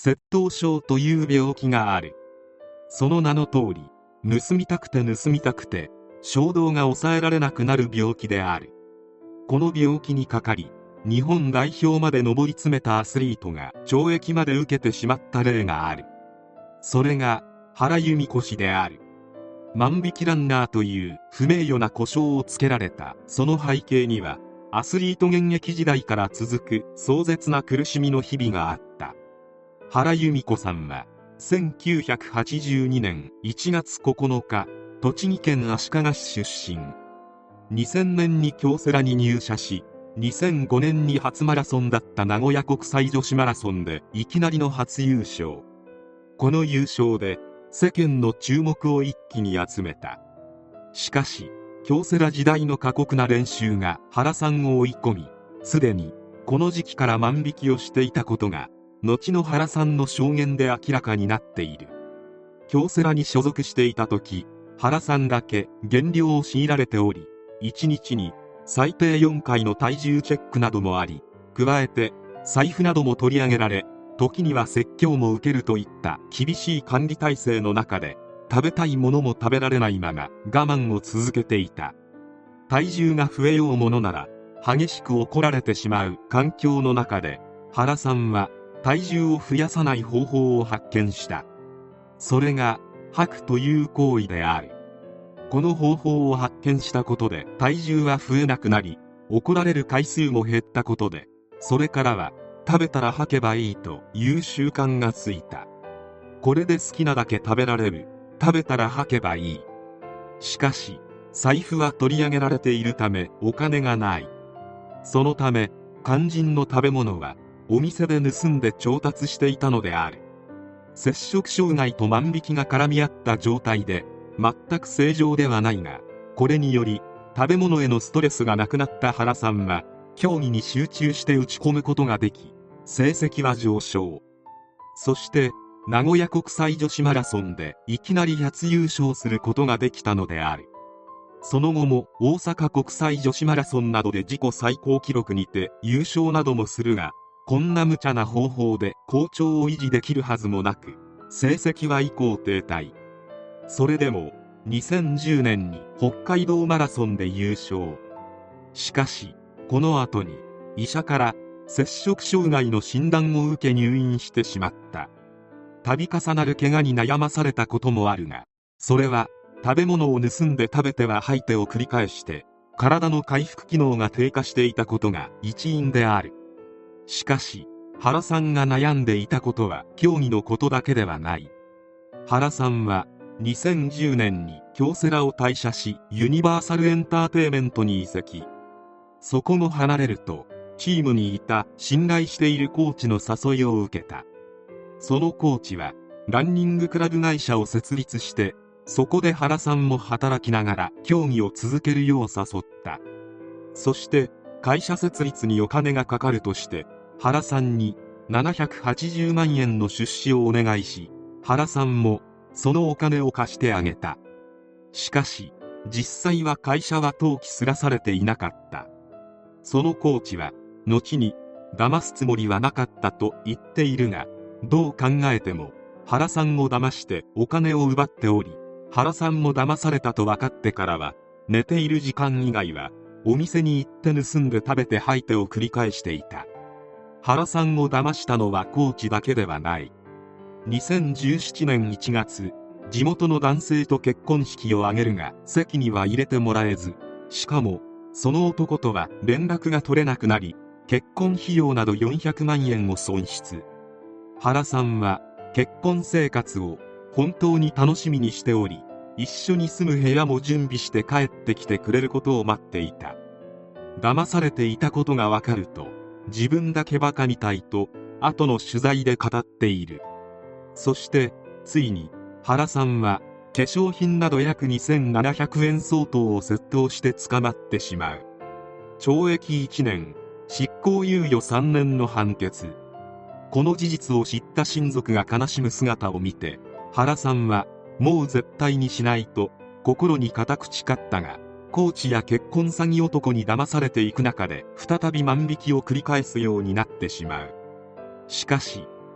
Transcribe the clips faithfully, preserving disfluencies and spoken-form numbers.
窃盗症という病気がある。その名の通り、盗みたくて盗みたくて衝動が抑えられなくなる病気である。この病気にかかり、日本代表まで上り詰めたアスリートが懲役まで受けてしまった例がある。それが原由美子氏である。万引きランナーという不名誉な呼称をつけられたその背景には、アスリート現役時代から続く壮絶な苦しみの日々があった。原由美子さんはせんきゅうひゃくはちじゅうにねんいちがつここのか、栃木県足利市出身。にせんねんに京セラに入社し、にせんごねんに初マラソンだった名古屋国際女子マラソンでいきなりの初優勝。この優勝で世間の注目を一気に集めた。しかし京セラ時代の過酷な練習が原さんを追い込み、すでにこの時期から万引きをしていたことが後の原さんの証言で明らかになっている。京セラに所属していた時、原さんだけ減量を強いられており、いちにちに最低よんかいの体重チェックなどもあり、加えて財布なども取り上げられ、時には説教も受けるといった厳しい管理体制の中で、食べたいものも食べられないまま我慢を続けていた。体重が増えようものなら激しく怒られてしまう環境の中で、原さんは体重を増やさない方法を発見した。それが吐くという行為である。この方法を発見したことで体重は増えなくなり、怒られる回数も減ったことで、それからは食べたら吐けばいいという習慣がついた。これで好きなだけ食べられる、食べたら吐けばいい。しかし財布は取り上げられているためお金がない。そのため肝心の食べ物はお店で盗んで調達していたのである。摂食障害と万引きが絡み合った状態で全く正常ではないが、これにより食べ物へのストレスがなくなった原さんは競技に集中して打ち込むことができ、成績は上昇。そして名古屋国際女子マラソンでいきなり初優勝することができたのである。その後も大阪国際女子マラソンなどで自己最高記録にて優勝などもするが、こんな無茶な方法で好調を維持できるはずもなく、成績は以降停滞。それでもにせんじゅうねんに北海道マラソンで優勝。しかしこの後に医者から摂食障害の診断を受け入院してしまった。度重なる怪我に悩まされたこともあるが、それは食べ物を盗んで食べては吐いてを繰り返して体の回復機能が低下していたことが一因である。しかし原さんが悩んでいたことは競技のことだけではない。原さんはにせんじゅうねんに京セラを退社し、ユニバーサルエンターテイメントに移籍。そこも離れるとチームにいた信頼しているコーチの誘いを受けた。そのコーチはランニングクラブ会社を設立して、そこで原さんも働きながら競技を続けるよう誘った。そして会社設立にお金がかかるとして原さんにななひゃくはちじゅうまんえんの出資をお願いし、原さんもそのお金を貸してあげた。しかし実際は会社は登記すらされていなかった。そのコーチは後に騙すつもりはなかったと言っているが、どう考えても原さんを騙してお金を奪っており、原さんも騙されたと分かってからは寝ている時間以外はお店に行って盗んで食べて吐いてを繰り返していた。原さんを騙したのはコーチだけではない。にせんじゅうななねんいちがつ、地元の男性と結婚式を挙げるが籍には入れてもらえず、しかもその男とは連絡が取れなくなり、結婚費用などよんひゃくまんえんを損失。原さんは結婚生活を本当に楽しみにしており、一緒に住む部屋も準備して帰ってきてくれることを待っていた。騙されていたことがわかると、自分だけバカみたいと後の取材で語っている。そしてついに原さんは化粧品など約にせんななひゃくえん相当を窃盗して捕まってしまう。懲役いちねん、執行猶予さんねんの判決。この事実を知った親族が悲しむ姿を見て、原さんはもう絶対にしないと心に固く誓ったが、コーチや結婚詐欺男に騙されていく中で再び万引きを繰り返すようになってしまう。しかし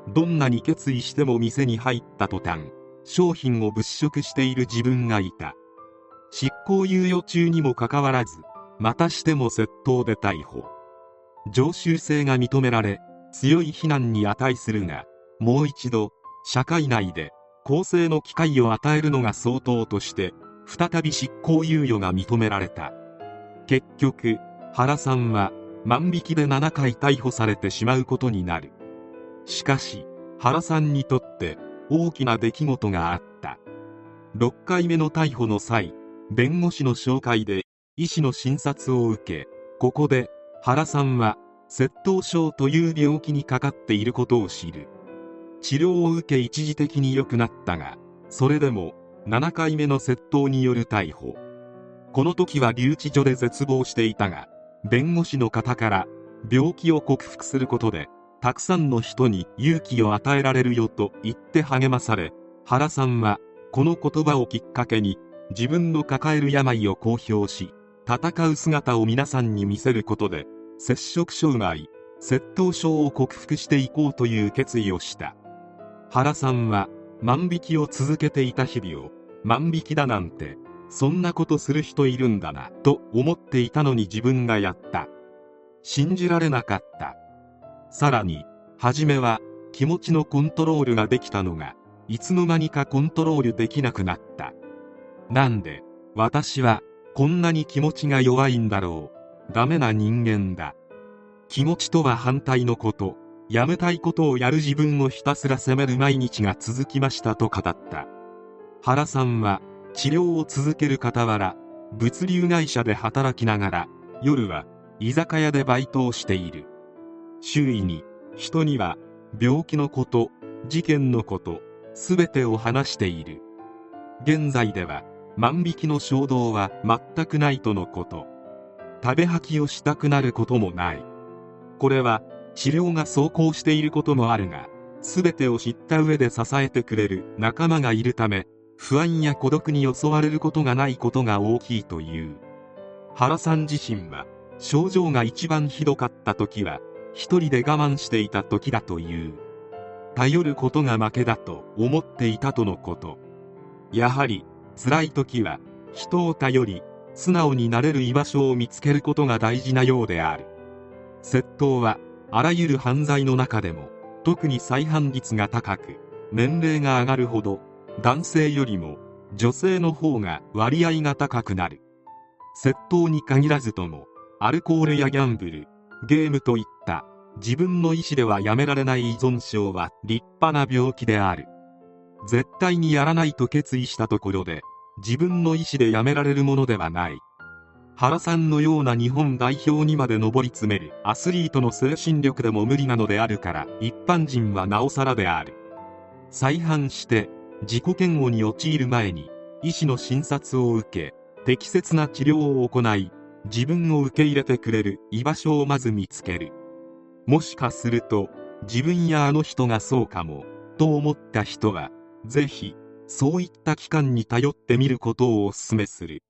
どんなに決意しても店に入った途端商品を物色している自分がいた。執行猶予中にもかかわらずまたしても窃盗で逮捕。常習性が認められ強い非難に値するが、もう一度社会内で更生の機会を与えるのが相当として再び執行猶予が認められた。結局原さんは万引きでななかい逮捕されてしまうことになる。しかし原さんにとって大きな出来事があった。ろっかいめの逮捕の際、弁護士の紹介で医師の診察を受け、ここで原さんは窃盗症という病気にかかっていることを知る。治療を受け一時的に良くなったが、それでもななかいめの窃盗による逮捕。この時は留置所で絶望していたが、弁護士の方から病気を克服することでたくさんの人に勇気を与えられるよと言って励まされ、原さんはこの言葉をきっかけに自分の抱える病を公表し、戦う姿を皆さんに見せることで摂食障害、窃盗症を克服していこうという決意をした。原さんは万引きを続けていた日々を、万引きだなんてそんなことする人いるんだなと思っていたのに自分がやった。信じられなかった。さらに初めは気持ちのコントロールができたのがいつの間にかコントロールできなくなった。なんで私はこんなに気持ちが弱いんだろう。ダメな人間だ。気持ちとは反対のこと、やめたいことをやる自分をひたすら責める毎日が続きましたと語った。原さんは治療を続ける傍ら物流会社で働きながら夜は居酒屋でバイトをしている。周囲に人には病気のこと、事件のこと、すべてを話している。現在では万引きの衝動は全くないとのこと。食べ吐きをしたくなることもない。これは治療が奏功していることもあるが、全てを知った上で支えてくれる仲間がいるため、不安や孤独に襲われることがないことが大きいという。原さん自身は症状が一番ひどかった時は一人で我慢していた時だという。頼ることが負けだと思っていたとのこと。やはり辛い時は人を頼り素直になれる居場所を見つけることが大事なようである。窃盗はあらゆる犯罪の中でも特に再犯率が高く、年齢が上がるほど男性よりも女性の方が割合が高くなる。窃盗に限らずともアルコールやギャンブル、ゲームといった自分の意思ではやめられない依存症は立派な病気である。絶対にやらないと決意したところで自分の意思でやめられるものではない。原さんのような日本代表にまで上り詰めるアスリートの精神力でも無理なのであるから、一般人はなおさらである。再犯して自己嫌悪に陥る前に医師の診察を受け、適切な治療を行い、自分を受け入れてくれる居場所をまず見つける。もしかすると自分やあの人がそうかもと思った人はぜひそういった機関に頼ってみることをお勧めする。